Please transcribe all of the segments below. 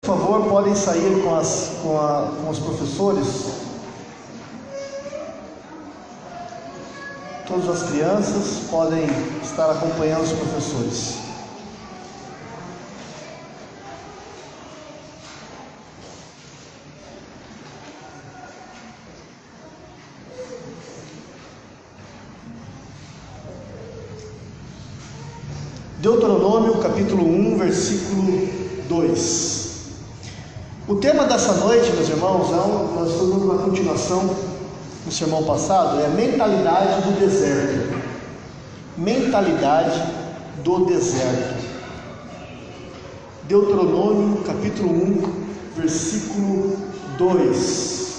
Por favor, podem sair com os professores. Todas as crianças podem estar acompanhando os professores. Deuteronômio capítulo 1, versículo 2. O tema dessa noite, meus irmãos, nós estamos dando uma continuação do sermão passado, é a mentalidade do deserto. Mentalidade do deserto. Deuteronômio capítulo 1, versículo 2.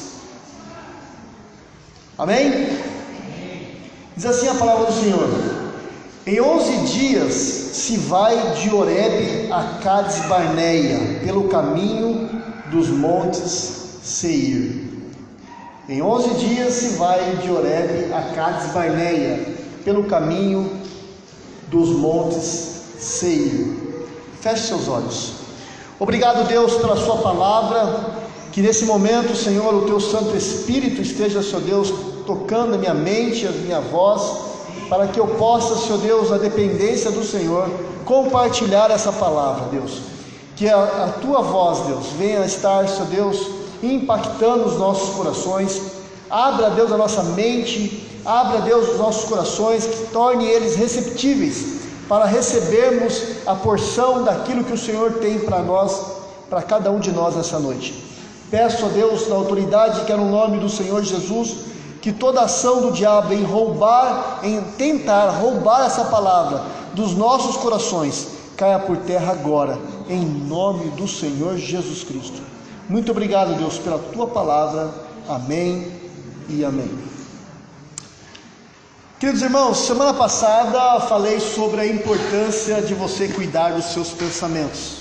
Amém? Diz assim a palavra do Senhor: em 11 dias se vai de Horebe a Cades Barneia, pelo caminho dos montes Seir. Em 11 dias se vai de Horebe a Cades Barneia, pelo caminho dos montes Seir. Feche seus olhos. Obrigado, Deus, pela sua palavra. Que nesse momento, Senhor, o teu Santo Espírito esteja, Senhor Deus, tocando a minha mente, a minha voz, para que eu possa, Senhor Deus, na dependência do Senhor, compartilhar essa palavra, Deus. Que a tua voz, Deus, venha estar, Senhor Deus, impactando os nossos corações. Abra, Deus, a nossa mente, abra, Deus, os nossos corações, que torne eles receptíveis para recebermos a porção daquilo que o Senhor tem para nós, para cada um de nós nessa noite. Peço a Deus, na autoridade que é no nome do Senhor Jesus, que toda ação do diabo em tentar roubar essa palavra dos nossos corações, caia por terra agora, em nome do Senhor Jesus Cristo. Muito obrigado, Deus, pela tua palavra. Amém e amém. Queridos irmãos, semana passada falei sobre a importância de você cuidar dos seus pensamentos.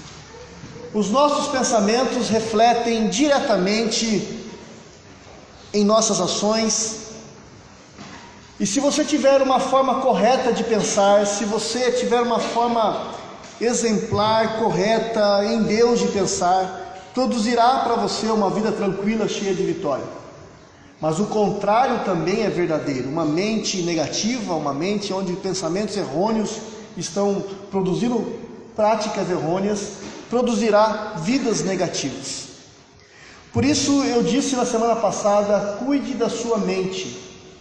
Os nossos pensamentos refletem diretamente em nossas ações, e se você tiver uma forma correta de pensar, se você tiver uma forma exemplar, correta em Deus de pensar, produzirá para você uma vida tranquila, cheia de vitória. Mas o contrário também é verdadeiro. Uma mente negativa, uma mente onde pensamentos errôneos estão produzindo práticas errôneas, produzirá vidas negativas. Por isso eu disse na semana passada, cuide da sua mente.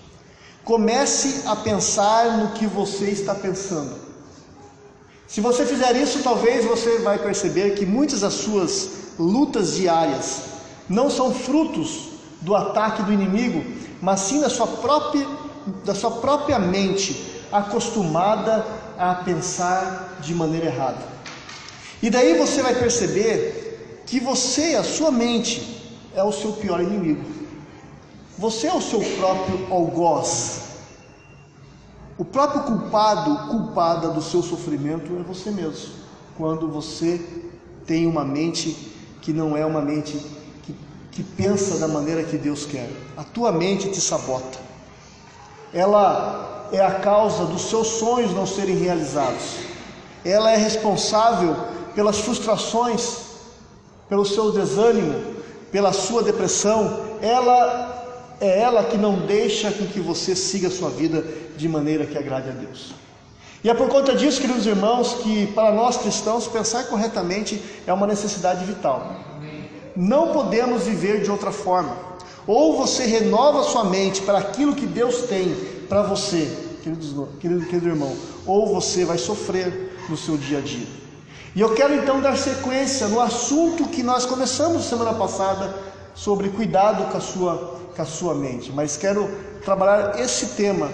Comece a pensar no que você está pensando. Se você fizer isso, talvez você vai perceber que muitas das suas lutas diárias não são frutos do ataque do inimigo, mas sim da sua própria mente acostumada a pensar de maneira errada. E daí você vai perceber que a sua mente, é o seu pior inimigo. Você é o seu próprio algoz. O próprio culpada do seu sofrimento é você mesmo, quando você tem uma mente que não é uma mente que pensa da maneira que Deus quer. A tua mente te sabota. Ela é a causa dos seus sonhos não serem realizados. Ela é responsável pelas frustrações, pelo seu desânimo, pela sua depressão. Ela que não deixa com que você siga a sua vida de maneira que agrade a Deus. E é por conta disso, queridos irmãos, que para nós cristãos pensar corretamente é uma necessidade vital. Não podemos viver de outra forma. Ou você renova a sua mente para aquilo que Deus tem para você, querido irmão, ou você vai sofrer no seu dia a dia. E eu quero então dar sequência no assunto que nós começamos semana passada, sobre cuidado com a sua mente. Mas quero trabalhar esse tema,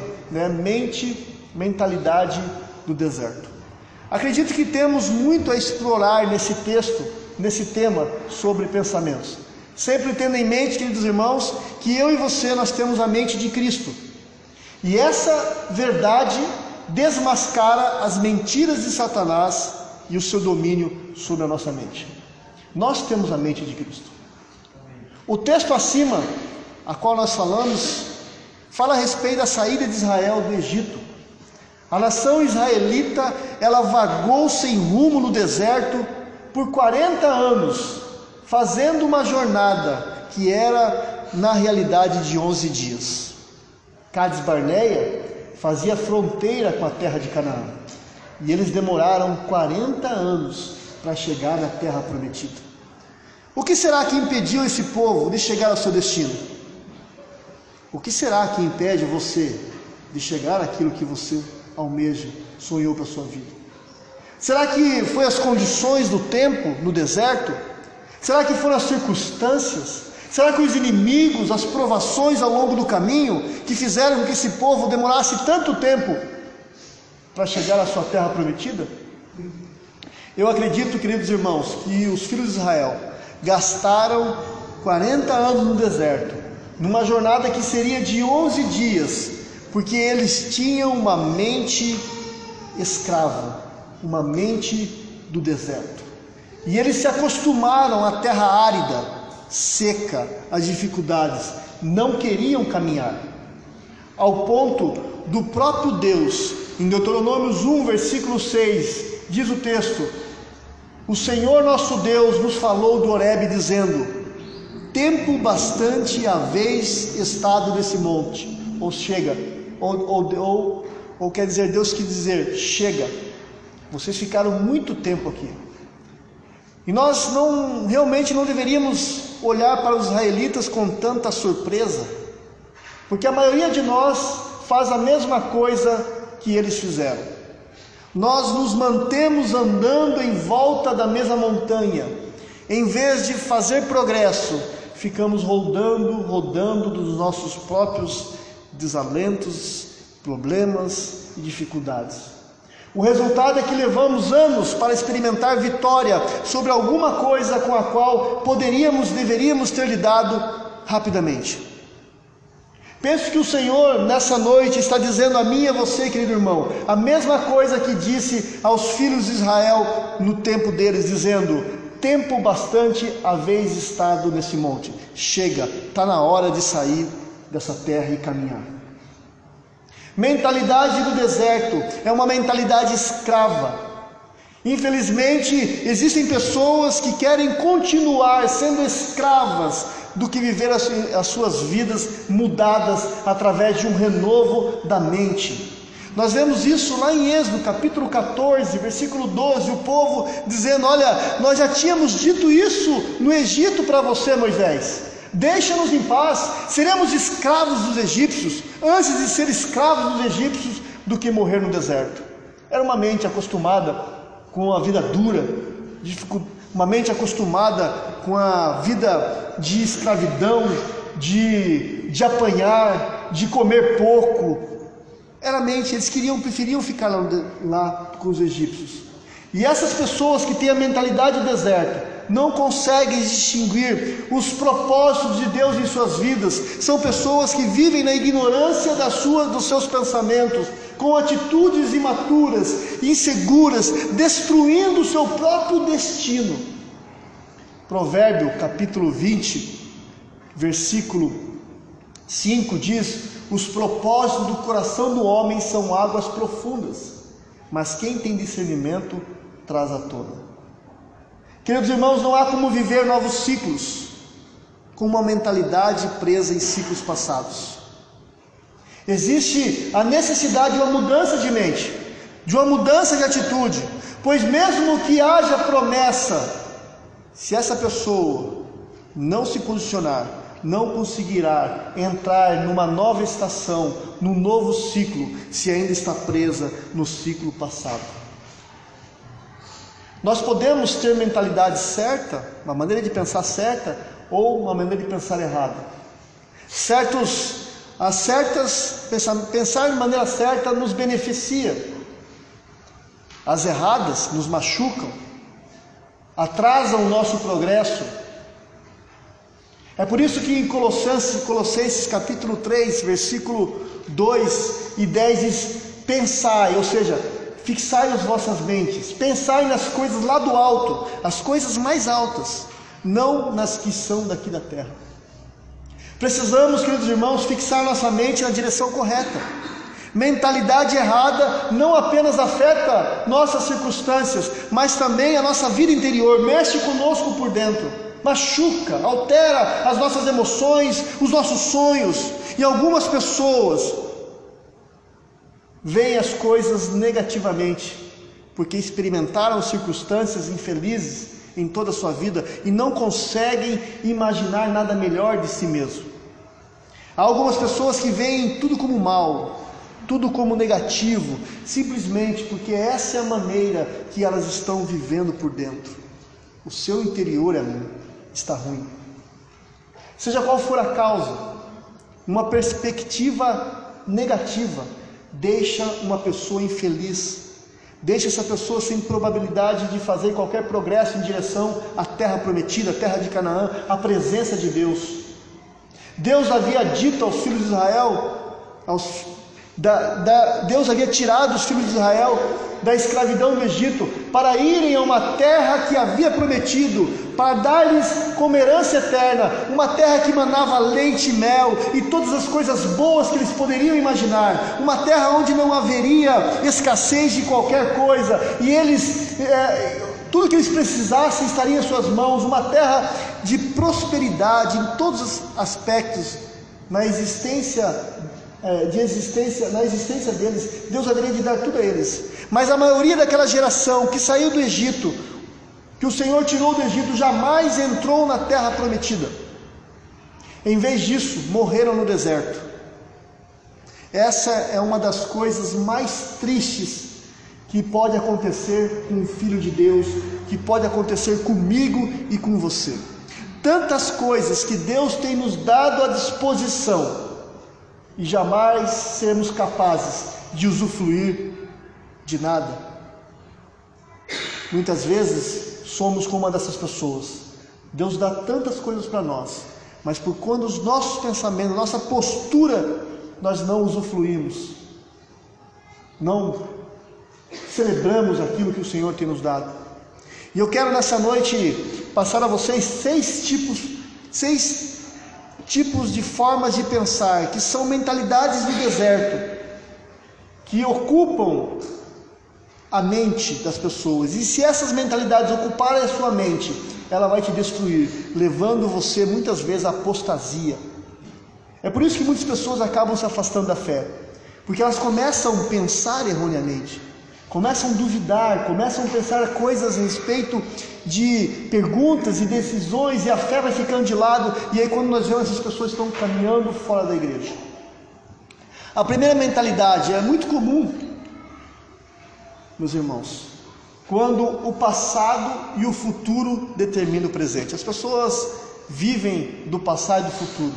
mentalidade do deserto. Acredito que temos muito a explorar nesse tema sobre pensamentos. Sempre tendo em mente, queridos irmãos, que eu e você, nós temos a mente de Cristo. E essa verdade desmascara as mentiras de Satanás e o seu domínio sobre a nossa mente. Nós temos a mente de Cristo. O texto acima, a qual nós falamos, fala a respeito da saída de Israel do Egito. A nação israelita, ela vagou sem rumo no deserto por 40 anos, fazendo uma jornada que era na realidade de 11 dias. Cádiz Barneia fazia fronteira com a terra de Canaã, e eles demoraram 40 anos para chegar na terra prometida. O que será que impediu esse povo de chegar ao seu destino? O que será que impede você de chegar àquilo que você almeja, sonhou para a sua vida? Será que foi as condições do tempo no deserto? Será que foram as circunstâncias? Será que os inimigos, as provações ao longo do caminho que fizeram com que esse povo demorasse tanto tempo para chegar à sua terra prometida? Eu acredito, queridos irmãos, que os filhos de Israel gastaram 40 anos no deserto, numa jornada que seria de 11 dias, porque eles tinham uma mente escrava, uma mente do deserto. E eles se acostumaram à terra árida, seca, às dificuldades, não queriam caminhar. Ao ponto do próprio Deus, em Deuteronômio 1, versículo 6, diz o texto: o Senhor nosso Deus nos falou do Horebe, dizendo: tempo bastante haveis estado nesse monte. Ou chega, ou quer dizer, Deus quis dizer, chega, vocês ficaram muito tempo aqui. E nós realmente não deveríamos olhar para os israelitas com tanta surpresa, porque a maioria de nós faz a mesma coisa que eles fizeram. Nós nos mantemos andando em volta da mesma montanha, em vez de fazer progresso, ficamos rodando dos nossos próprios desalentos, problemas e dificuldades. O resultado é que levamos anos para experimentar vitória sobre alguma coisa com a qual deveríamos ter lidado rapidamente. Penso que o Senhor nessa noite está dizendo a mim e a você, querido irmão, a mesma coisa que disse aos filhos de Israel no tempo deles, dizendo: tempo bastante haveis estado nesse monte, chega, está na hora de sair dessa terra e caminhar. Mentalidade do deserto é uma mentalidade escrava. Infelizmente, existem pessoas que querem continuar sendo escravas do que viver as suas vidas mudadas através de um renovo da mente. Nós vemos isso lá em Êxodo, capítulo 14, versículo 12, o povo dizendo: olha, nós já tínhamos dito isso no Egito para você, Moisés. Deixa-nos em paz, seremos escravos dos egípcios, antes de ser escravos dos egípcios do que morrer no deserto. Era uma mente acostumada com a vida dura, uma mente acostumada com a vida de escravidão, de apanhar, de comer pouco. Era a mente, eles preferiam ficar lá com os egípcios. E essas pessoas que têm a mentalidade do deserto não conseguem distinguir os propósitos de Deus em suas vidas. São pessoas que vivem na ignorância dos seus pensamentos, com atitudes imaturas, inseguras, destruindo o seu próprio destino. Provérbio capítulo 20, versículo 5 diz: os propósitos do coração do homem são águas profundas, mas quem tem discernimento traz à tona. Queridos irmãos, não há como viver novos ciclos com uma mentalidade presa em ciclos passados. Existe a necessidade de uma mudança de mente, de uma mudança de atitude, pois mesmo que haja promessa, se essa pessoa não se posicionar, não conseguirá entrar numa nova estação, num novo ciclo, se ainda está presa no ciclo passado. Nós podemos ter mentalidade certa, uma maneira de pensar certa, ou uma maneira de pensar errada. Pensar de maneira certa nos beneficia, as erradas nos machucam, atrasam o nosso progresso. É por isso que em Colossenses capítulo 3, versículo 2 e 10 diz: pensai, ou seja, fixai as vossas mentes, pensai nas coisas lá do alto, as coisas mais altas, não nas que são daqui da terra. Precisamos, queridos irmãos, fixar nossa mente na direção correta. Mentalidade errada não apenas afeta nossas circunstâncias, mas também a nossa vida interior, mexe conosco por dentro, machuca, altera as nossas emoções, os nossos sonhos. E algumas pessoas veem as coisas negativamente, porque experimentaram circunstâncias infelizes em toda a sua vida e não conseguem imaginar nada melhor de si mesmo. Há algumas pessoas que veem tudo como mal, tudo como negativo, simplesmente porque essa é a maneira que elas estão vivendo por dentro. O seu interior está ruim. Seja qual for a causa, uma perspectiva negativa deixa uma pessoa infeliz, deixa essa pessoa sem probabilidade de fazer qualquer progresso em direção à terra prometida, a terra de Canaã, a presença de Deus. Deus havia dito aos filhos de Israel, Deus havia tirado os filhos de Israel da escravidão do Egito para irem a uma terra que havia prometido, para dar-lhes como herança eterna, uma terra que manava leite e mel e todas as coisas boas que eles poderiam imaginar, uma terra onde não haveria escassez de qualquer coisa, e eles, tudo que eles precisassem estaria em suas mãos, uma terra de prosperidade em todos os aspectos, na existência deles. Deus haveria de dar tudo a eles. Mas a maioria daquela geração que saiu do Egito, que o Senhor tirou do Egito, jamais entrou na terra prometida. Em vez disso, morreram no deserto. Essa é uma das coisas mais tristes que pode acontecer com o Filho de Deus, que pode acontecer comigo e com você. Tantas coisas que Deus tem nos dado à disposição, e jamais sermos capazes de usufruir de nada. Muitas vezes somos como uma dessas pessoas. Deus dá tantas coisas para nós, mas por quando os nossos pensamentos, nossa postura, nós não usufruímos, não celebramos aquilo que o Senhor tem nos dado. E eu quero nessa noite passar a vocês seis tipos de formas de pensar, que são mentalidades do deserto, que ocupam a mente das pessoas. E se essas mentalidades ocuparem a sua mente, ela vai te destruir, levando você muitas vezes à apostasia. É por isso que muitas pessoas acabam se afastando da fé, porque elas começam a pensar erroneamente, começam a duvidar, começam a pensar coisas a respeito de perguntas e decisões, e a fé vai ficando de lado, e aí quando nós vemos, essas pessoas estão caminhando fora da igreja. A primeira mentalidade é muito comum, meus irmãos, quando o passado e o futuro determinam o presente. As pessoas vivem do passado e do futuro.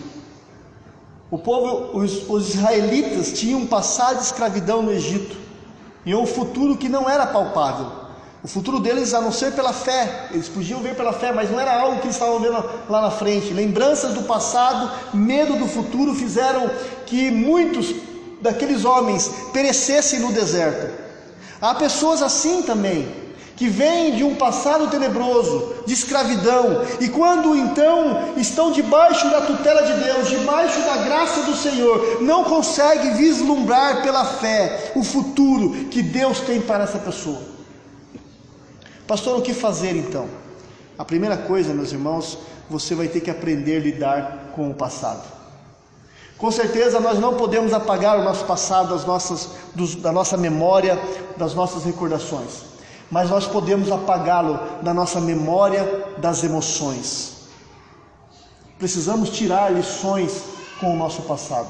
O povo, os israelitas tinham um passado de escravidão no Egito, e um futuro que não era palpável. O futuro deles, a não ser pela fé, eles podiam ver pela fé, mas não era algo que eles estavam vendo lá na frente. Lembranças do passado, medo do futuro, fizeram que muitos daqueles homens perecessem no deserto. Há pessoas assim também, que vêm de um passado tenebroso, de escravidão, e quando então estão debaixo da tutela de Deus, debaixo da graça do Senhor, não conseguem vislumbrar pela fé o futuro que Deus tem para essa pessoa. Pastor, o que fazer então? A primeira coisa, meus irmãos, você vai ter que aprender a lidar com o passado. Com certeza nós não podemos apagar o nosso passado da nossa memória, das nossas recordações, mas nós podemos apagá-lo da nossa memória das emoções. Precisamos tirar lições com o nosso passado.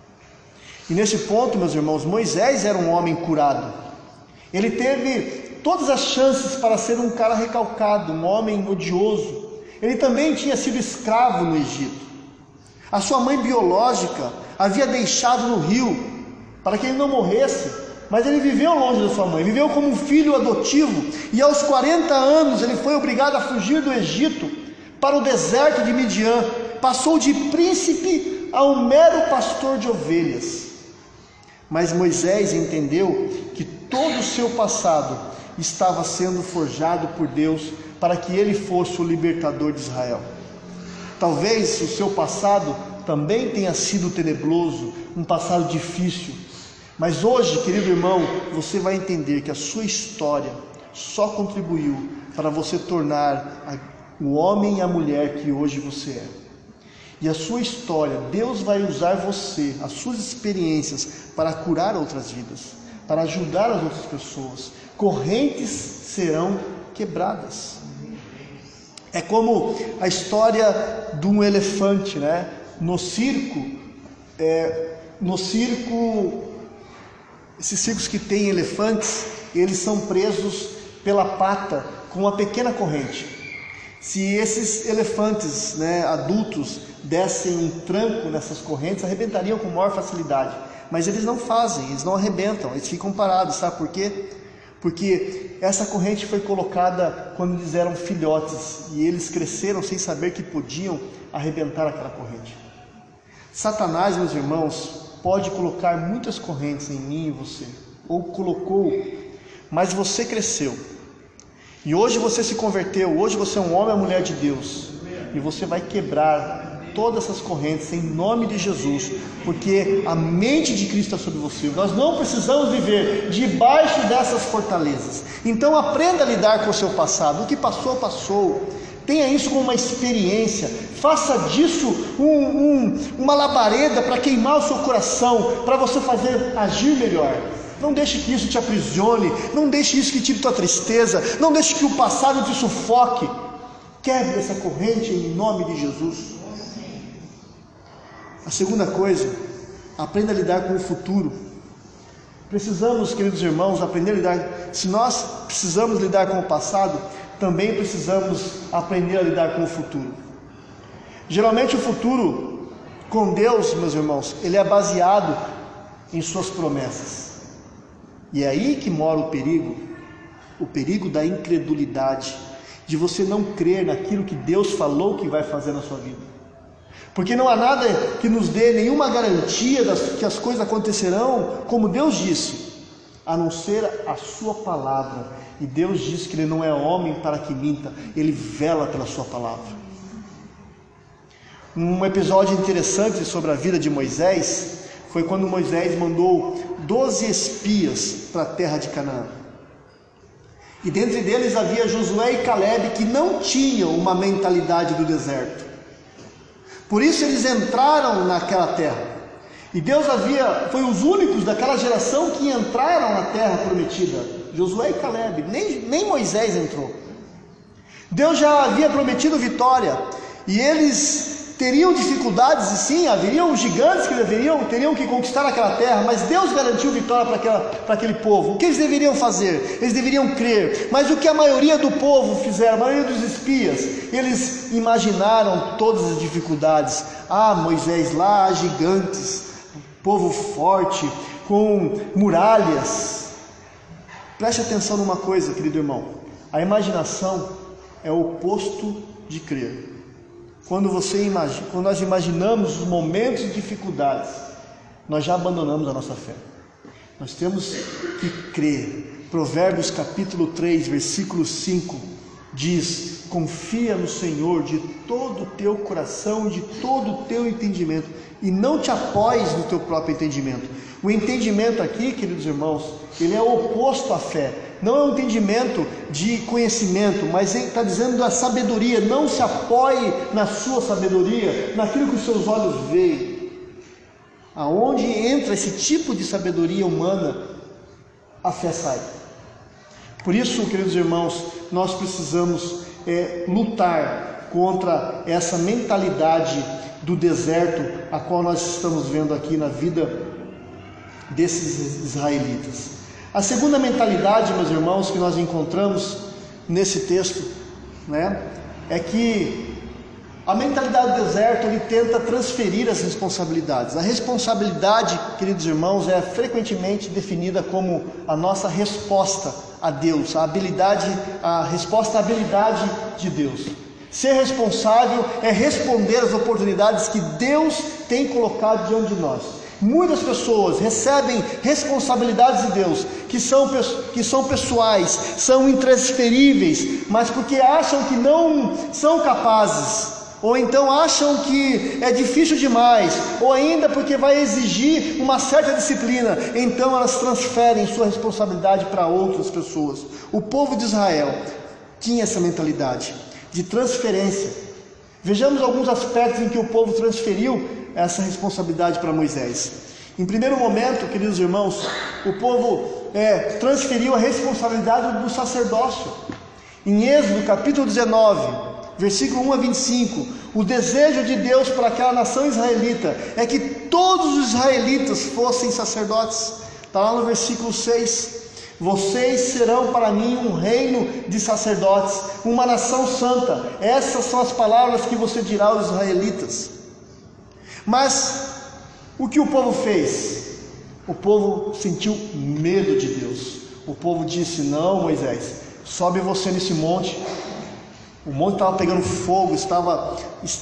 E nesse ponto, meus irmãos, Moisés era um homem curado. Ele teve todas as chances para ser um cara recalcado, um homem odioso. Ele também tinha sido escravo no Egito. A sua mãe biológica havia deixado no rio para que ele não morresse, mas ele viveu longe da sua mãe, viveu como um filho adotivo, e aos 40 anos ele foi obrigado a fugir do Egito para o deserto de Midian. Passou de príncipe a um mero pastor de ovelhas. Mas Moisés entendeu que todo o seu passado estava sendo forjado por Deus para que ele fosse o libertador de Israel. Talvez o seu passado também tenha sido tenebroso, um passado difícil, Mas hoje, querido irmão, você vai entender que a sua história só contribuiu para você tornar o homem e a mulher que hoje você é. E a sua história, Deus vai usar você, as suas experiências, para curar outras vidas, para ajudar as outras pessoas. Correntes serão quebradas. É como a história de um elefante, né? No circo, esses circos que têm elefantes, eles são presos pela pata com uma pequena corrente. Se esses elefantes, né, adultos, dessem um tranco nessas correntes, arrebentariam com maior facilidade. Mas eles não fazem, eles não arrebentam, eles ficam parados. Sabe por quê? Porque essa corrente foi colocada quando eles eram filhotes e eles cresceram sem saber que podiam arrebentar aquela corrente. Satanás, meus irmãos, pode colocar muitas correntes em mim e você, ou colocou, mas você cresceu. E hoje você se converteu, hoje você é um homem ou mulher de Deus, e você vai quebrar todas essas correntes em nome de Jesus, porque a mente de Cristo está sobre você. Nós não precisamos viver debaixo dessas fortalezas. Então aprenda a lidar com o seu passado. O que passou, passou. Tenha isso como uma experiência. Faça disso uma labareda para queimar o seu coração, para você fazer agir melhor. Não deixe que isso te aprisione, não deixe isso que tire tua tristeza, não deixe que o passado te sufoque. Quebre essa corrente em nome de Jesus. A segunda coisa, aprenda a lidar com o futuro. Precisamos, queridos irmãos, aprender a lidar. Se nós precisamos lidar com o passado, também precisamos aprender a lidar com o futuro. Geralmente o futuro com Deus, meus irmãos, ele é baseado em suas promessas. E é aí que mora o perigo da incredulidade, de você não crer naquilo que Deus falou que vai fazer na sua vida. Porque não há nada que nos dê nenhuma garantia que as coisas acontecerão como Deus disse, a não ser a sua palavra. E Deus diz que Ele não é homem para que minta, Ele vela pela sua palavra. Um episódio interessante sobre a vida de Moisés foi quando Moisés mandou 12 espias para a terra de Canaã. E dentre deles havia Josué e Calebe, que não tinham uma mentalidade do deserto. Por isso eles entraram naquela terra. E Deus foi os únicos daquela geração que entraram na terra prometida. Josué e Calebe, nem Moisés entrou. Deus já havia prometido vitória. E eles teriam dificuldades, e sim, haveriam gigantes que teriam que conquistar aquela terra, mas Deus garantiu vitória para aquele povo. O que eles deveriam fazer? Eles deveriam crer. Mas o que a maioria do povo fizeram, a maioria dos espias, eles imaginaram todas as dificuldades. Moisés, lá há gigantes, povo forte, com muralhas. Preste atenção numa coisa, querido irmão. A imaginação é o oposto de crer. Quando nós imaginamos os momentos de dificuldades, nós já abandonamos a nossa fé. Nós temos que crer. Provérbios capítulo 3, versículo 5 diz: confia no Senhor de todo o teu coração e de todo o teu entendimento, e não te apoies no teu próprio entendimento. O entendimento aqui, queridos irmãos, ele é oposto à fé. Não é um entendimento de conhecimento, mas ele está dizendo da sabedoria. Não se apoie na sua sabedoria, naquilo que os seus olhos veem. Aonde entra esse tipo de sabedoria humana, a fé sai. Por isso, queridos irmãos, nós precisamos lutar contra essa mentalidade do deserto, a qual nós estamos vendo aqui na vida desses israelitas. A segunda mentalidade, meus irmãos, que nós encontramos nesse texto, é que a mentalidade do deserto, ele tenta transferir as responsabilidades. A responsabilidade, queridos irmãos, é frequentemente definida como a nossa resposta a Deus, a resposta à habilidade de Deus. Ser responsável é responder às oportunidades que Deus tem colocado diante de nós. Muitas pessoas recebem responsabilidades de Deus, que são pessoais, são intransferíveis, mas porque acham que não são capazes, ou então acham que é difícil demais, ou ainda porque vai exigir uma certa disciplina, então elas transferem sua responsabilidade para outras pessoas. O povo de Israel tinha essa mentalidade de transferência. Vejamos alguns aspectos em que o povo transferiu essa responsabilidade para Moisés. Em primeiro momento, queridos irmãos, o povo transferiu a responsabilidade do sacerdócio. Em Êxodo capítulo 19, versículo 1 a 25, o desejo de Deus para aquela nação israelita é que todos os israelitas fossem sacerdotes. Está lá no versículo 6: vocês serão para mim um reino de sacerdotes, uma nação santa. Essas são as palavras que você dirá aos israelitas. Mas o que o povo fez? O povo sentiu medo de Deus. O povo disse: não, Moisés, sobe você nesse monte. O monte estava pegando fogo, estava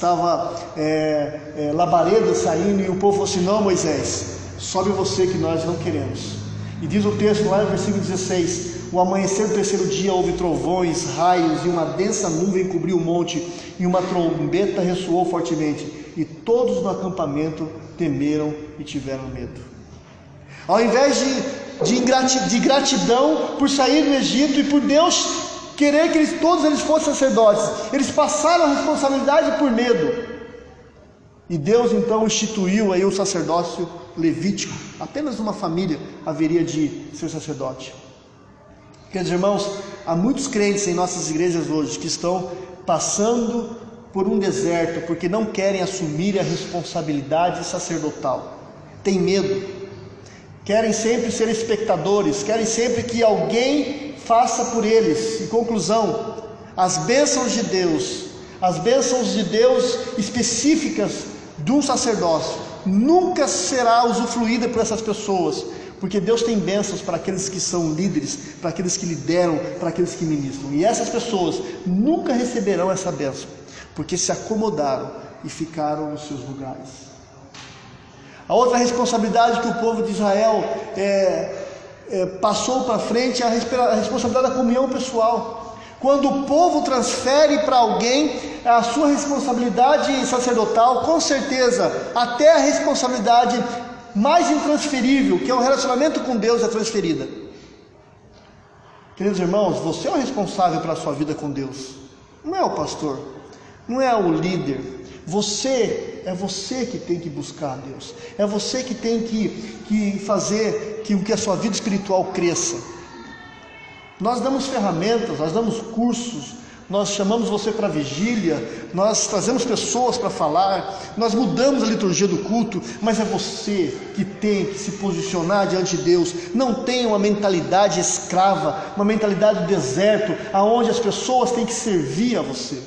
labareda saindo, e o povo falou assim: não, Moisés, sobe você que nós não queremos. E diz o texto lá no versículo 16: o amanhecer do terceiro dia houve trovões, raios, e uma densa nuvem cobriu o monte, e uma trombeta ressoou fortemente, e todos no acampamento temeram e tiveram medo. Ao invés de gratidão por sair do Egito e por Deus querer que todos eles fossem sacerdotes, eles passaram a responsabilidade por medo. E Deus então instituiu aí o sacerdócio levítico. Apenas uma família haveria de ser sacerdote. Queridos irmãos, há muitos crentes em nossas igrejas hoje que estão passando por um deserto porque não querem assumir a responsabilidade sacerdotal. Tem medo. Querem sempre ser espectadores, querem sempre que alguém faça por eles. Em conclusão, as bênçãos de Deus específicas de um sacerdócio nunca será usufruída por essas pessoas, porque Deus tem bênçãos para aqueles que são líderes, para aqueles que lideram, para aqueles que ministram, e essas pessoas nunca receberão essa bênção, porque se acomodaram e ficaram nos seus lugares. A outra responsabilidade que o povo de Israel passou para frente é a responsabilidade da comunhão pessoal. Quando o povo transfere para alguém a sua responsabilidade sacerdotal, com certeza até a responsabilidade mais intransferível, que é o relacionamento com Deus, é transferida. Queridos irmãos, você é o responsável pela sua vida com Deus, não é o pastor, não é o líder. É você que tem que buscar a Deus, é você que tem que fazer que a sua vida espiritual cresça. Nós damos ferramentas, nós damos cursos, nós chamamos você para vigília, nós trazemos pessoas para falar, nós mudamos a liturgia do culto, mas é você que tem que se posicionar diante de Deus. Não tenha uma mentalidade escrava, uma mentalidade do deserto, aonde as pessoas têm que servir a você.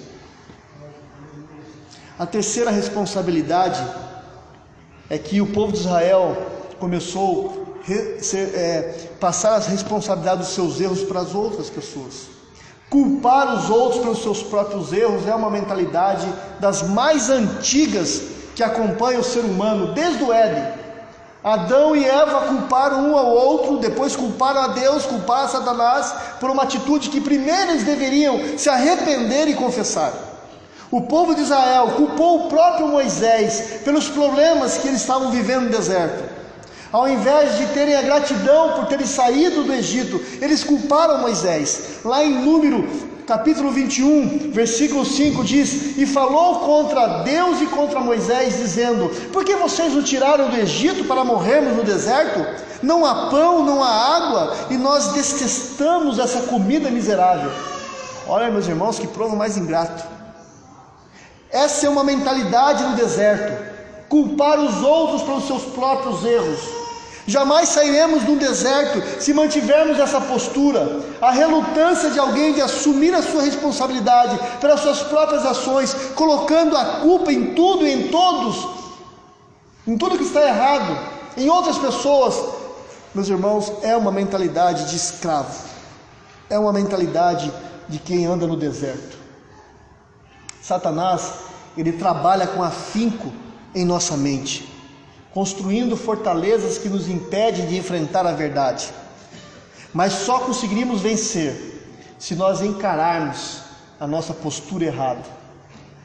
A terceira responsabilidade é que o povo de Israel começou a passar as responsabilidades dos seus erros para as outras pessoas. Culpar os outros pelos seus próprios erros é uma mentalidade das mais antigas que acompanha o ser humano, desde o Éden. Adão e Eva culparam um ao outro, depois culparam a Deus, culparam a Satanás por uma atitude que primeiro eles deveriam se arrepender e confessar. O povo de Israel culpou o próprio Moisés pelos problemas que eles estavam vivendo no deserto. Ao invés de terem a gratidão por terem saído do Egito, eles culparam Moisés. Lá em Número capítulo 21, versículo 5 diz: e falou contra Deus e contra Moisés, dizendo: por que vocês o tiraram do Egito para morrermos no deserto? Não há pão, não há água, e nós detestamos essa comida miserável. Olha, meus irmãos, que povo mais ingrato. Essa é uma mentalidade no deserto, culpar os outros pelos seus próprios erros. Jamais sairemos do deserto se mantivermos essa postura. A relutância de alguém de assumir a sua responsabilidade pelas suas próprias ações, colocando a culpa em tudo e em todos, em tudo que está errado, em outras pessoas, meus irmãos, é uma mentalidade de escravo, é uma mentalidade de quem anda no deserto. Satanás, ele trabalha com afinco em nossa mente, construindo fortalezas que nos impedem de enfrentar a verdade. Mas só conseguiremos vencer se nós encararmos a nossa postura errada.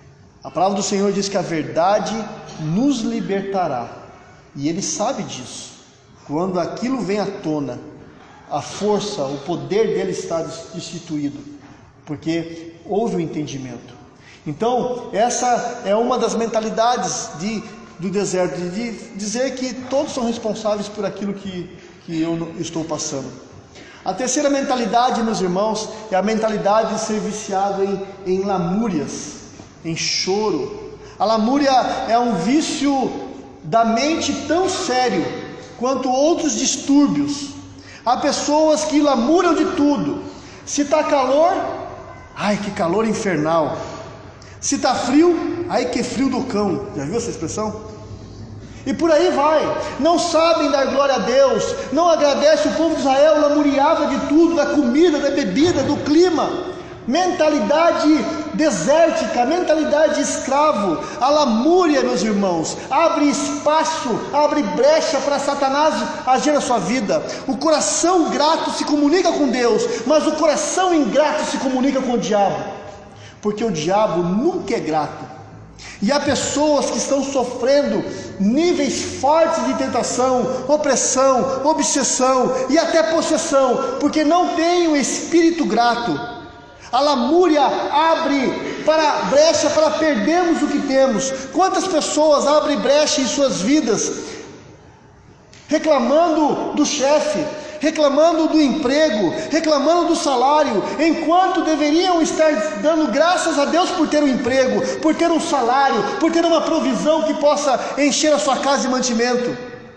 A palavra do Senhor diz que a verdade nos libertará, e Ele sabe disso. Quando aquilo vem à tona, a força, o poder dele está destituído, porque houve o entendimento. Então, essa é uma das mentalidades do deserto, de dizer que todos são responsáveis por aquilo que eu estou passando. A terceira mentalidade, meus irmãos, é a mentalidade de ser viciado em lamúrias, em choro. A lamúria é um vício da mente tão sério quanto outros distúrbios. Há pessoas que lamuram de tudo. Se está calor, ai que calor infernal. Se está frio, ai que frio do cão. Já viu essa expressão? E por aí vai. Não sabem dar glória a Deus, não agradecem. O povo de Israel lamuriava de tudo, da comida, da bebida, do clima. Mentalidade desértica, mentalidade de escravo. A lamúria, meus irmãos, abre espaço, abre brecha para Satanás agir na sua vida. O coração grato se comunica com Deus, mas o coração ingrato se comunica com o diabo, porque o diabo nunca é grato. E há pessoas que estão sofrendo níveis fortes de tentação, opressão, obsessão e até possessão, porque não têm o espírito grato. A lamúria abre brecha para perdermos o que temos. Quantas pessoas abrem brecha em suas vidas, reclamando do chefe, reclamando do emprego, reclamando do salário, enquanto deveriam estar dando graças a Deus por ter um emprego, por ter um salário, por ter uma provisão que possa encher a sua casa de mantimento.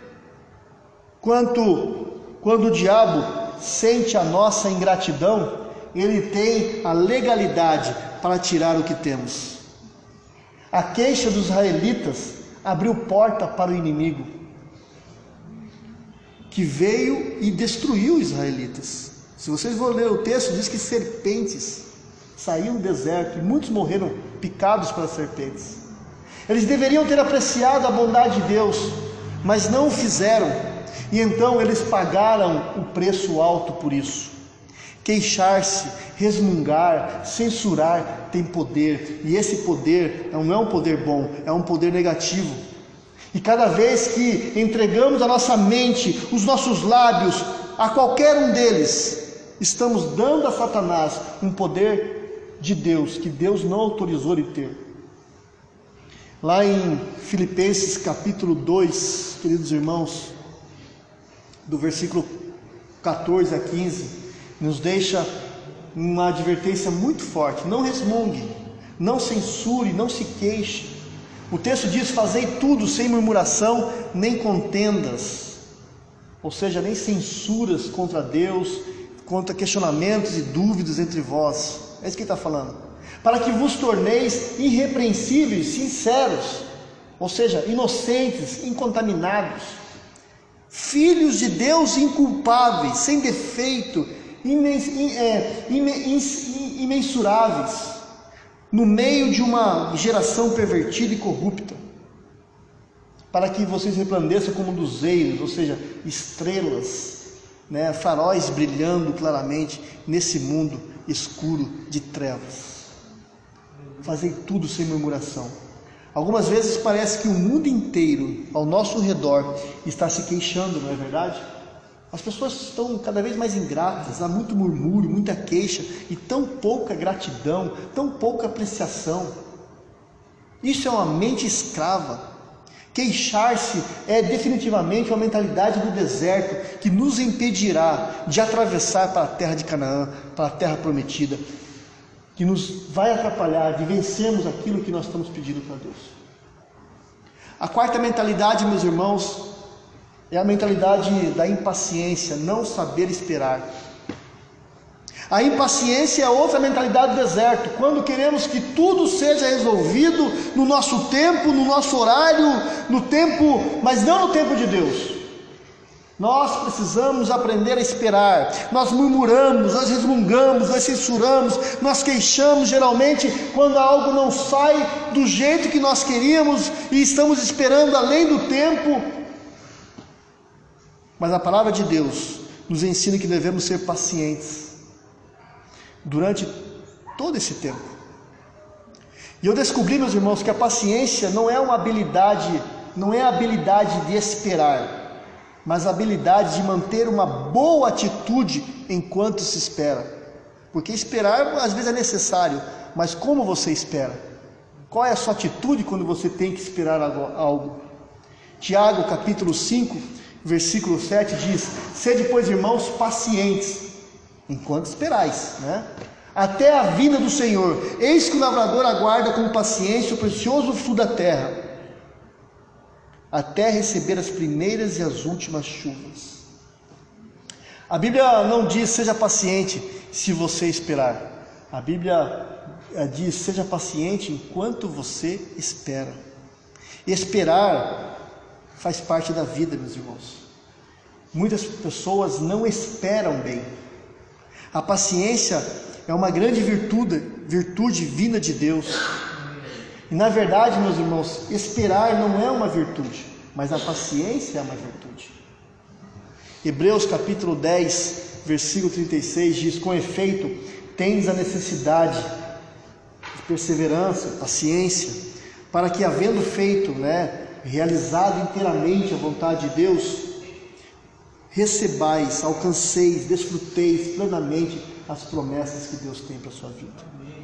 Quando o diabo sente a nossa ingratidão, ele tem a legalidade para tirar o que temos. A queixa dos israelitas abriu porta para o inimigo, que veio e destruiu os israelitas. Se vocês vão ler o texto, diz que serpentes saíram do deserto e muitos morreram picados pelas serpentes. Eles deveriam ter apreciado a bondade de Deus, mas não o fizeram, e então eles pagaram o preço alto por isso. Queixar-se, resmungar, censurar tem poder, e esse poder não é um poder bom, é um poder negativo. E cada vez que entregamos a nossa mente, os nossos lábios, a qualquer um deles, estamos dando a Satanás um poder de Deus, que Deus não autorizou ele ter. Lá em Filipenses capítulo 2, queridos irmãos, do versículo 14 a 15, nos deixa uma advertência muito forte: não resmungue, não censure, não se queixe. O texto diz: fazei tudo sem murmuração nem contendas, ou seja, nem censuras contra Deus, contra questionamentos e dúvidas entre vós. É isso que ele está falando. Para que vos torneis irrepreensíveis, sinceros, ou seja, inocentes, incontaminados, filhos de Deus inculpáveis, sem defeito, imensuráveis, no meio de uma geração pervertida e corrupta, para que vocês resplandeçam como luzeiros, ou seja, estrelas, faróis brilhando claramente nesse mundo escuro de trevas. Fazei tudo sem murmuração. Algumas vezes parece que o mundo inteiro ao nosso redor está se queixando, não é verdade? As pessoas estão cada vez mais ingratas, há muito murmúrio, muita queixa e tão pouca gratidão, tão pouca apreciação. Isso é uma mente escrava. Queixar-se é definitivamente uma mentalidade do deserto que nos impedirá de atravessar para a terra de Canaã, para a terra prometida, que nos vai atrapalhar de vencermos aquilo que nós estamos pedindo para Deus. A quarta mentalidade, meus irmãos, é a mentalidade da impaciência, não saber esperar. A impaciência é outra mentalidade do deserto, quando queremos que tudo seja resolvido no nosso tempo, no nosso horário, no tempo, mas não no tempo de Deus. Nós precisamos aprender a esperar. Nós murmuramos, nós resmungamos, nós censuramos, nós queixamos geralmente quando algo não sai do jeito que nós queríamos e estamos esperando além do tempo. Mas a palavra de Deus nos ensina que devemos ser pacientes durante todo esse tempo. E eu descobri, meus irmãos, que a paciência não é uma habilidade, não é a habilidade de esperar, mas a habilidade de manter uma boa atitude enquanto se espera. Porque esperar às vezes é necessário, mas como você espera? Qual é a sua atitude quando você tem que esperar algo? Tiago capítulo 5, versículo 7 diz: sede, pois, irmãos, pacientes, enquanto esperais, até a vinda do Senhor. Eis que o lavrador aguarda com paciência o precioso fruto da terra, até receber as primeiras e as últimas chuvas. A Bíblia não diz seja paciente se você esperar. A Bíblia diz seja paciente enquanto você espera. Esperar faz parte da vida, meus irmãos. Muitas pessoas não esperam bem. A paciência é uma grande virtude vinda de Deus. E na verdade, meus irmãos, esperar não é uma virtude, mas a paciência é uma virtude. Hebreus capítulo 10, versículo 36 diz: com efeito, tendes a necessidade de perseverança, paciência, para que, havendo feito, realizado inteiramente a vontade de Deus, recebais, alcanceis, desfruteis plenamente as promessas que Deus tem para a sua vida.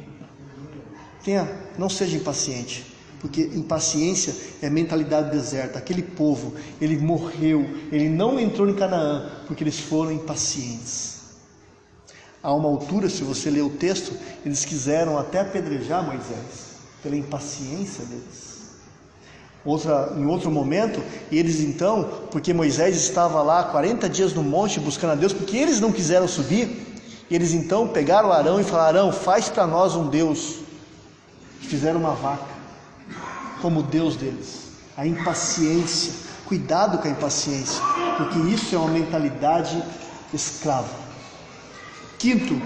Não seja impaciente, porque impaciência é mentalidade deserta. Aquele povo, ele morreu, ele não entrou em Canaã, porque eles foram impacientes. A uma altura, se você ler o texto, eles quiseram até apedrejar Moisés, pela impaciência deles. Em outro momento, eles então, porque Moisés estava lá 40 dias no monte buscando a Deus, porque eles não quiseram subir, eles então pegaram Arão e falaram: Arão, faz para nós um Deus. Fizeram uma vaca como Deus deles. A impaciência, cuidado com a impaciência, porque isso é uma mentalidade escrava. Quinto,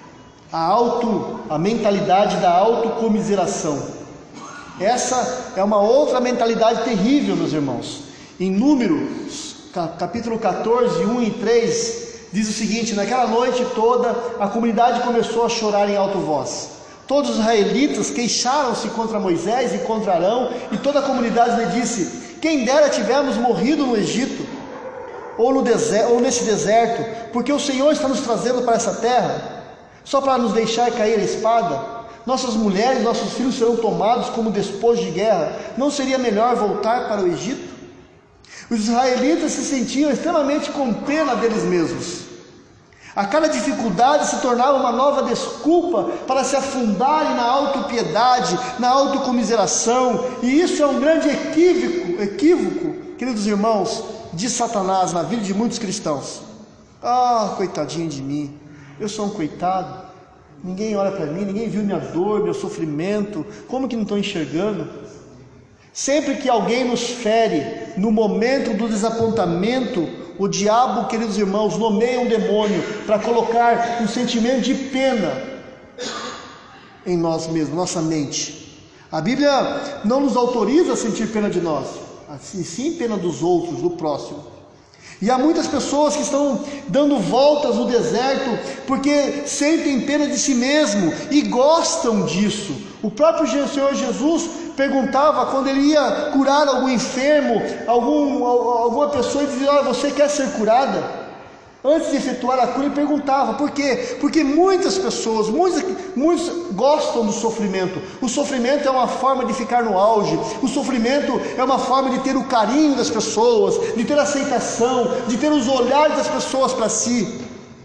a mentalidade da autocomiseração. Essa é uma outra mentalidade terrível, meus irmãos. Em Números, capítulo 14, 1 e 3, diz o seguinte: naquela noite toda a comunidade começou a chorar em alta voz. Todos os israelitas queixaram-se contra Moisés e contra Arão, e toda a comunidade lhe disse: quem dera tivéssemos morrido no Egito, ou nesse deserto, porque o Senhor está nos trazendo para essa terra, só para nos deixar cair a espada. Nossas mulheres e nossos filhos serão tomados como despojo de guerra. Não seria melhor voltar para o Egito? Os israelitas se sentiam extremamente com pena deles mesmos. A cada dificuldade se tornava uma nova desculpa para se afundarem na autopiedade, na autocomiseração. E isso é um grande equívoco, queridos irmãos, de Satanás na vida de muitos cristãos. Coitadinho de mim, eu sou um coitado. Ninguém olha para mim, ninguém viu minha dor, meu sofrimento. Como que não estou enxergando? Sempre que alguém nos fere, no momento do desapontamento, o diabo, queridos irmãos, nomeia um demônio para colocar um sentimento de pena em nós mesmos, nossa mente. A Bíblia não nos autoriza a sentir pena de nós, assim, sim pena dos outros, do próximo. E há muitas pessoas que estão dando voltas no deserto porque sentem pena de si mesmo e gostam disso. O próprio Senhor Jesus perguntava, quando ele ia curar algum enfermo, alguma pessoa, e dizia: você quer ser curada? Antes de efetuar a cura, ele perguntava. Por quê? Porque muitas pessoas, muitos gostam do sofrimento. O sofrimento é uma forma de ficar no auge. O sofrimento é uma forma de ter o carinho das pessoas, de ter a aceitação, de ter os olhares das pessoas para si.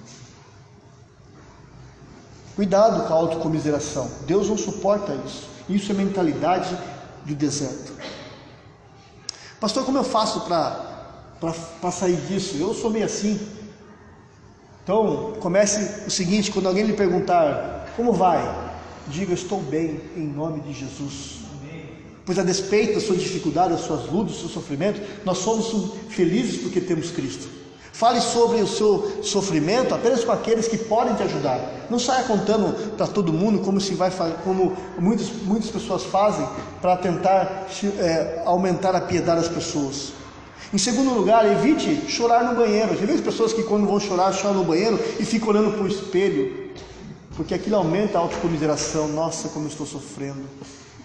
Cuidado com a autocomiseração. Deus não suporta isso. Isso é mentalidade do deserto. Pastor, como eu faço para sair disso? Eu sou meio assim. Então, comece o seguinte: quando alguém lhe perguntar como vai, diga: eu estou bem, em nome de Jesus. Pois a despeito da sua dificuldade, das suas lutas, do seu sofrimento, nós somos felizes porque temos Cristo. Fale sobre o seu sofrimento apenas com aqueles que podem te ajudar. Não saia contando para todo mundo como muitas pessoas fazem para tentar aumentar a piedade das pessoas. Em segundo lugar, evite chorar no banheiro. Já viu as pessoas que quando vão chorar, choram no banheiro e ficam olhando para o espelho? Porque aquilo aumenta a autocomiseração. Nossa, como eu estou sofrendo.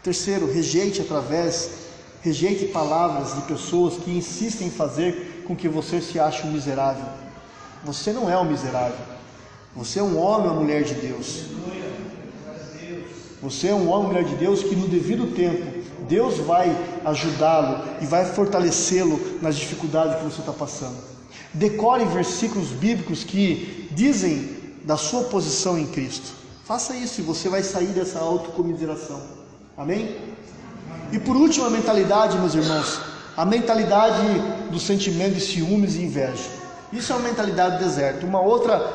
Terceiro, rejeite palavras de pessoas que insistem em fazer com que você se ache um miserável. Você não é um miserável. Você é um homem ou uma mulher de Deus. Você é um homem ou mulher de Deus que no devido tempo Deus vai ajudá-lo e vai fortalecê-lo nas dificuldades que você está passando. Decore versículos bíblicos que dizem da sua posição em Cristo. Faça isso e você vai sair dessa autocomiseração. Amém? E por último, a mentalidade, meus irmãos, a mentalidade do sentimento de ciúmes e inveja. Isso é uma mentalidade do deserto. Uma outra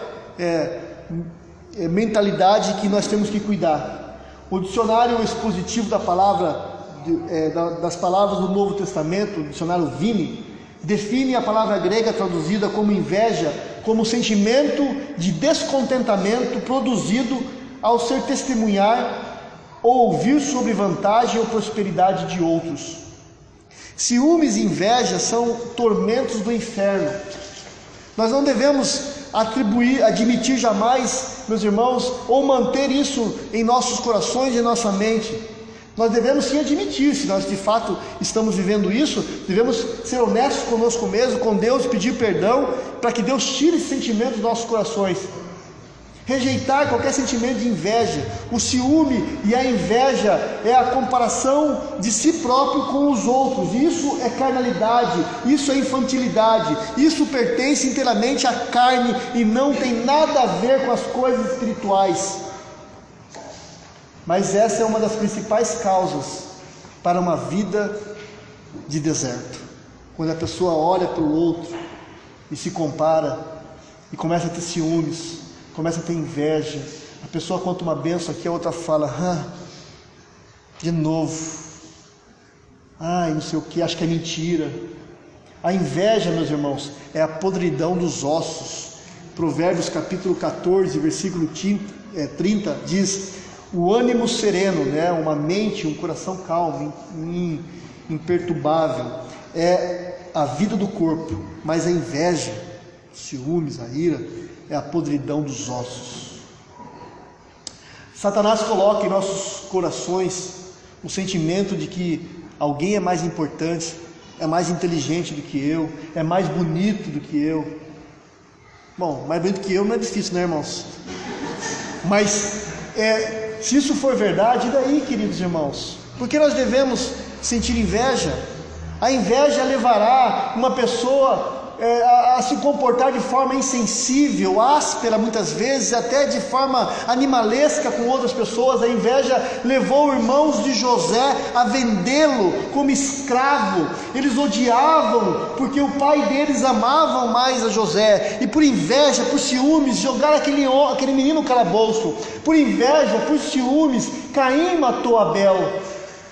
mentalidade que nós temos que cuidar. O dicionário expositivo das palavras do Novo Testamento, o dicionário Vini, define a palavra grega traduzida como inveja como sentimento de descontentamento produzido ao ser testemunhar ou ouvir sobre vantagem ou prosperidade de outros. Ciúmes e inveja são tormentos do inferno. Nós não devemos admitir jamais, meus irmãos, ou manter isso em nossos corações e em nossa mente. Nós devemos sim admitir, se nós de fato estamos vivendo isso, devemos ser honestos conosco mesmo, com Deus, pedir perdão, para que Deus tire esse sentimento dos nossos corações. Rejeitar qualquer sentimento de inveja. O ciúme e a inveja é a comparação de si próprio com os outros. Isso é carnalidade, isso é infantilidade, isso pertence inteiramente à carne e não tem nada a ver com as coisas espirituais. Mas essa é uma das principais causas para uma vida de deserto. Quando a pessoa olha para o outro e se compara e começa a ter ciúmes, começa a ter inveja. A pessoa conta uma bênção aqui, a outra fala, de novo, não sei o que, acho que é mentira. A inveja, meus irmãos, é a podridão dos ossos. Provérbios capítulo 14, versículo 30 diz: o ânimo sereno, uma mente, um coração calmo, imperturbável, é a vida do corpo, mas a inveja, os ciúmes, a ira, é a podridão dos ossos. Satanás coloca em nossos corações o sentimento de que alguém é mais importante, é mais inteligente do que eu, é mais bonito do que eu. Bom, mais bonito que eu não é difícil, né, irmãos? Mas se isso for verdade, e daí, queridos irmãos? Por que nós devemos sentir inveja? A inveja levará uma pessoa a se comportar de forma insensível, áspera muitas vezes, até de forma animalesca com outras pessoas. A inveja levou irmãos de José a vendê-lo como escravo. Eles odiavam porque o pai deles amava mais a José, e por inveja, por ciúmes, jogaram aquele menino no calabouço. Por inveja, por ciúmes, Caim matou Abel.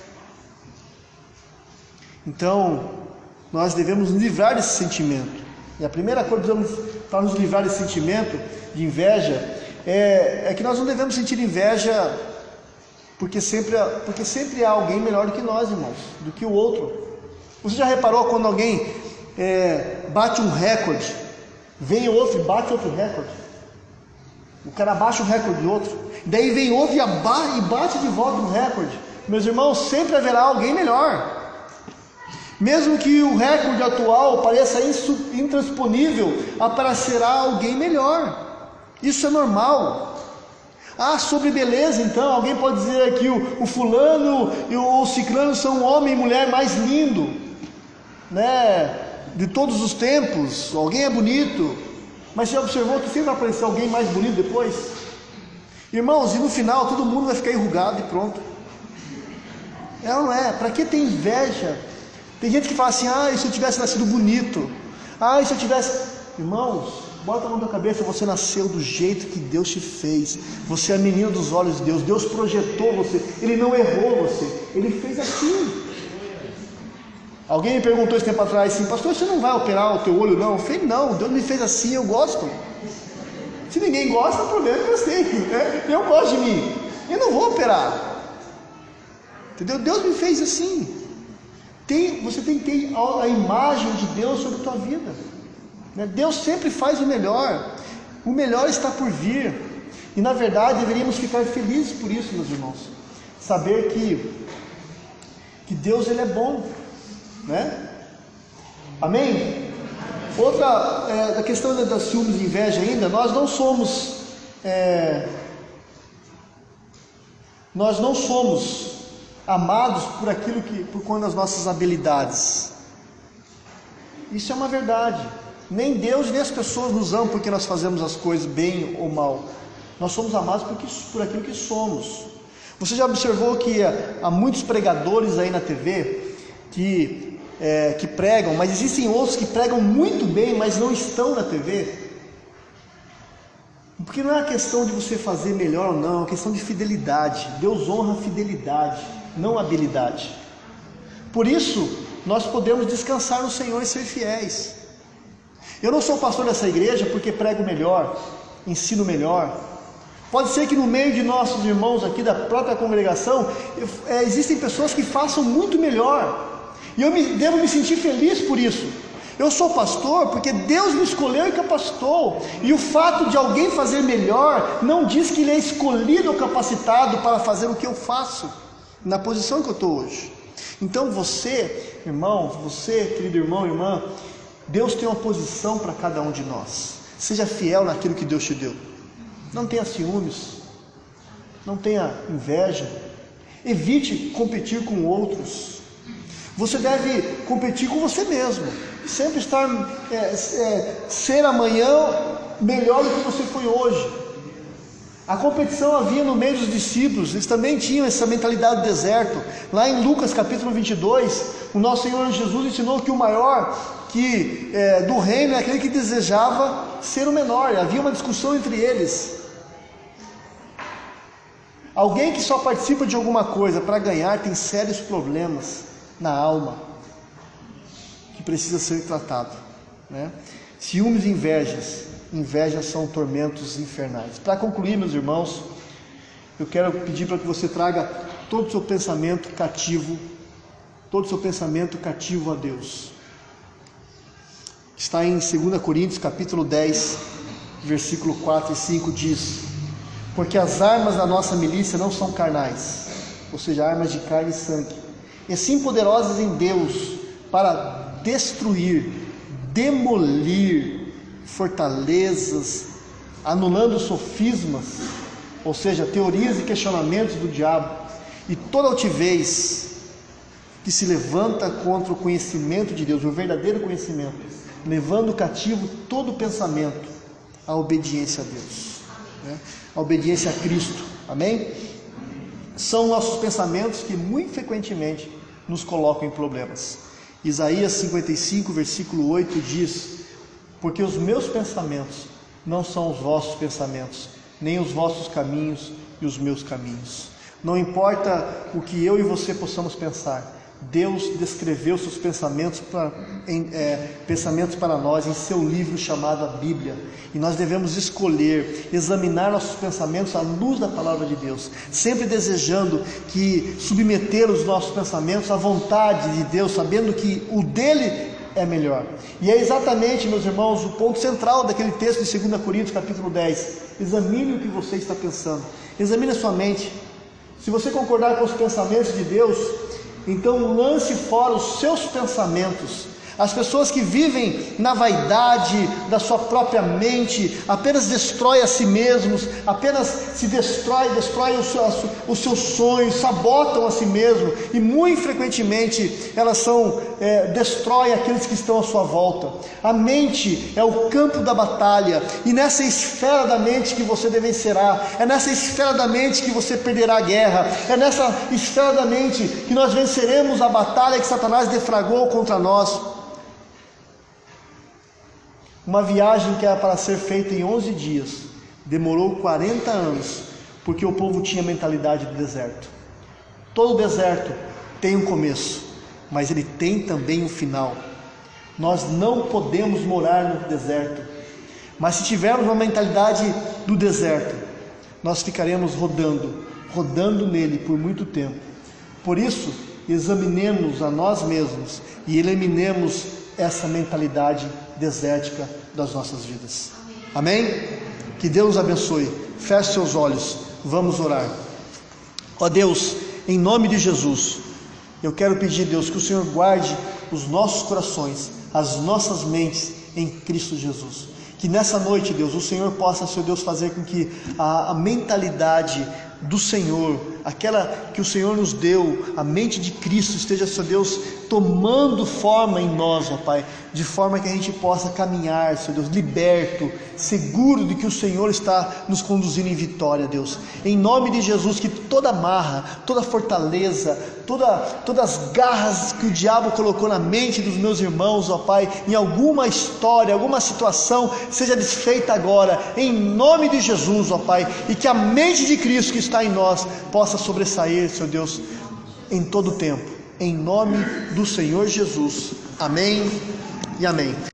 Então nós devemos nos livrar desse sentimento. E a primeira coisa para nos livrar desse sentimento de inveja é que nós não devemos sentir inveja porque sempre há alguém melhor do que nós, irmãos, do que o outro. Você já reparou quando alguém bate um recorde, vem outro e bate outro recorde? O cara baixa o recorde do outro, daí vem outro e bate de volta o recorde. Meus irmãos, sempre haverá alguém melhor. Mesmo que o recorde atual pareça intransponível, aparecerá alguém melhor. Isso é normal. Sobre beleza, então, alguém pode dizer que o fulano e o ciclano são um homem e mulher mais lindo, de todos os tempos. Alguém é bonito, mas você já observou que sempre vai aparecer alguém mais bonito depois? Irmãos, e no final todo mundo vai ficar enrugado e pronto. Não é? Para que ter inveja? Tem gente que fala assim, e se eu tivesse nascido bonito? E se eu tivesse... Irmãos, bota a mão na cabeça, você nasceu do jeito que Deus te fez. Você é a menina dos olhos de Deus. Deus projetou você, Ele não errou você, Ele fez assim. Alguém me perguntou esse tempo atrás assim, pastor, você não vai operar o teu olho não? Eu falei, não, Deus me fez assim, eu gosto. Se ninguém gosta, o problema é que eu sei, eu gosto de mim, eu não vou operar. Entendeu? Deus me fez assim. Você tem que ter a imagem de Deus sobre a tua vida. Deus sempre faz o melhor está por vir. E na verdade deveríamos ficar felizes por isso, meus irmãos. Saber que que Deus ele é bom, né? Amém? Outra, a questão das ciúmes e inveja ainda, nós não somos amados por conta das nossas habilidades. Isso é uma verdade. Nem Deus nem as pessoas nos amam porque nós fazemos as coisas bem ou mal. Nós somos amados por aquilo que somos. Você já observou que há muitos pregadores aí na TV que pregam, mas existem outros que pregam muito bem, mas não estão na TV? Porque não é uma questão de você fazer melhor ou não, é uma questão de fidelidade. Deus honra a fidelidade, não a habilidade. Por isso, nós podemos descansar no Senhor e ser fiéis. Eu não sou pastor dessa igreja porque prego melhor, ensino melhor. Pode ser que no meio de nossos irmãos aqui da própria congregação, existem pessoas que façam muito melhor, e eu devo me sentir feliz por isso. Eu sou pastor porque Deus me escolheu e capacitou, e o fato de alguém fazer melhor, não diz que ele é escolhido ou capacitado para fazer o que eu faço, na posição que eu estou hoje. Então você, irmão, você, querido irmão, irmã, Deus tem uma posição para cada um de nós. Seja fiel naquilo que Deus te deu. Não tenha ciúmes, não tenha inveja, evite competir com outros. Você deve competir com você mesmo, sempre ser amanhã melhor do que você foi hoje. A competição havia no meio dos discípulos, eles também tinham essa mentalidade do deserto. Lá em Lucas capítulo 22, o nosso Senhor Jesus ensinou que o maior do reino é aquele que desejava ser o menor. Havia uma discussão entre eles. Alguém que só participa de alguma coisa para ganhar tem sérios problemas na alma que precisa ser tratado, né? Ciúmes e invejas são tormentos infernais. Para concluir, meus irmãos, eu quero pedir para que você traga todo o seu pensamento cativo a Deus. Está em 2 Coríntios capítulo 10, versículo 4 e 5, diz: porque as armas da nossa milícia não são carnais, ou seja, armas de carne e sangue, e sim poderosas em Deus para destruir, demolir fortalezas, anulando sofismas, ou seja, teorias e questionamentos do diabo, e toda altivez que se levanta contra o conhecimento de Deus, o verdadeiro conhecimento, levando cativo todo pensamento à obediência a Deus, né? A obediência a Cristo, amém? São nossos pensamentos que muito frequentemente nos colocam em problemas. Isaías 55, versículo 8 diz: porque os meus pensamentos não são os vossos pensamentos, nem os vossos caminhos e os meus caminhos. Não importa o que eu e você possamos pensar, Deus descreveu seus pensamentos para nós em seu livro chamado a Bíblia, e nós devemos escolher, examinar nossos pensamentos à luz da palavra de Deus, sempre desejando submeter os nossos pensamentos à vontade de Deus, sabendo que o dele é melhor. E é exatamente, meus irmãos, o ponto central daquele texto de 2 Coríntios capítulo 10. Examine o que você está pensando, examine a sua mente. Se você concordar com os pensamentos de Deus, então lance fora os seus pensamentos. As pessoas que vivem na vaidade da sua própria mente, apenas destroem a si mesmos, apenas se destroem os seus sonhos, sabotam a si mesmos, e muito frequentemente elas destroem aqueles que estão à sua volta. A mente é o campo da batalha, e nessa esfera da mente que você vencerá, é nessa esfera da mente que você perderá a guerra, é nessa esfera da mente que nós venceremos a batalha que Satanás deflagrou contra nós. Uma viagem que era para ser feita em 11 dias, demorou 40 anos, porque o povo tinha mentalidade de deserto. Todo deserto tem um começo, mas ele tem também um final. Nós não podemos morar no deserto, mas se tivermos uma mentalidade do deserto, nós ficaremos rodando nele por muito tempo. Por isso, examinemos a nós mesmos e eliminemos essa mentalidade desértica das nossas vidas. Amém? Que Deus nos abençoe. Feche seus olhos, vamos orar. Ó Deus, em nome de Jesus, Eu quero pedir, Deus, que o Senhor guarde os nossos corações, as nossas mentes em Cristo Jesus. Que nessa noite, Deus, o Senhor possa, Senhor Deus, fazer com que a mentalidade do Senhor, aquela que o Senhor nos deu, a mente de Cristo, esteja, Senhor Deus, tomando forma em nós, ó Pai, de forma que a gente possa caminhar, Senhor Deus, liberto, seguro de que o Senhor está nos conduzindo em vitória, Deus. Em nome de Jesus, que toda amarra, toda fortaleza, todas as garras que o diabo colocou na mente dos meus irmãos, ó Pai, em alguma história, alguma situação, seja desfeita agora, em nome de Jesus, ó Pai, e que a mente de Cristo que está em nós possa sobressair, Senhor Deus, em todo o tempo, em nome do Senhor Jesus. Amém e amém.